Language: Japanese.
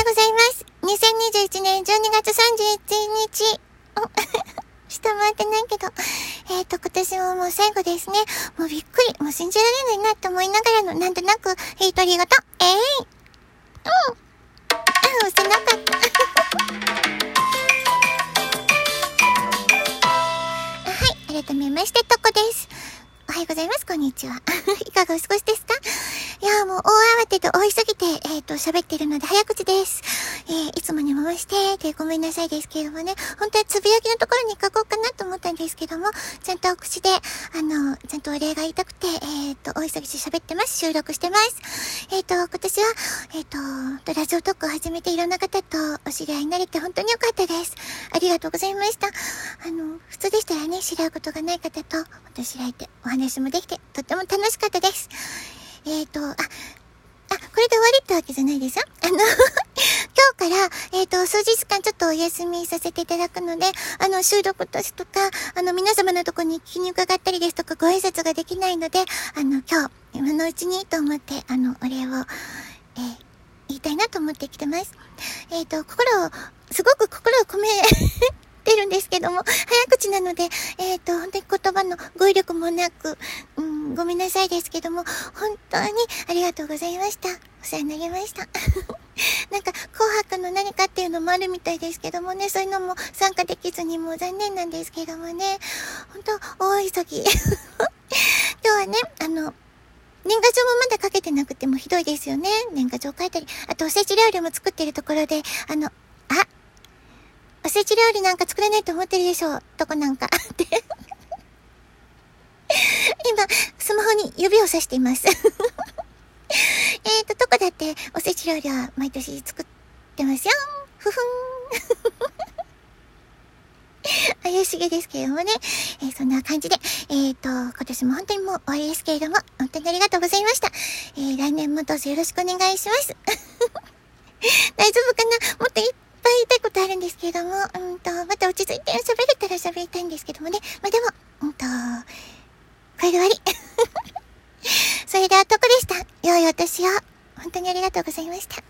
ございます。2021年12月31日。下回ってないけど。今年ももう最後ですね。もうびっくり。もう信じられないなと思いながらの、なんとなく、ヘイトありがとう。押せなかった。はい、改めまして、とこです。おはようございます。こんにちは。いかがお過ごしですか？いやもう大慌てと大急ぎで、喋ってるので早口です。いつもに回して、ごめんなさいですけれどもね、本当はつぶやきのところに書こうかなと思ったんですけども、ちゃんとお口で、ちゃんとお礼が言いたくて、大急ぎで喋ってます。収録してます。今年は、ラジオトークを始めていろんな方とお知り合いになれて本当に良かったです。ありがとうございました。普通でしたらね、知り合うことがない方と、知り合えてお話もできて、とっても楽しかったです。これで終わりってわけじゃないですよ。今日から、数日間ちょっとお休みさせていただくので、収録とか、皆様のところに聞きに伺ったりですとか、ご挨拶ができないので、今のうちにと思って、お礼を、言いたいなと思ってきてます。すごく心を込めてるんですけども、早口なので、本当に言葉の語彙力もなく、ごめんなさいですけども、本当にありがとうございました。お世話になりました。なんか、紅白の何かっていうのもあるみたいですけどもね、そういうのも参加できずにもう残念なんですけどもね、本当、大急ぎ。今日はね、年賀状もまだかけてなくてもひどいですよね。年賀状書いたり、あとおせち料理も作ってるところで、おせち料理なんか作らないと思ってるでしょう。とこなんか。って。今、スマホに指をさしています。とこだっておせち料理は毎年作ってますよ。ふふん。怪しげですけれどもね。そんな感じで、今年も本当にもう終わりですけれども、本当にありがとうございました。来年もどうぞよろしくお願いします。大丈夫かな？もっといっぱい言いたいことあるんですけれども、また落ち着いて喋れたら喋りたいんですけどもね。まあ、でも、これで終わり。それでは、とこでした。良いお年を。本当にありがとうございました。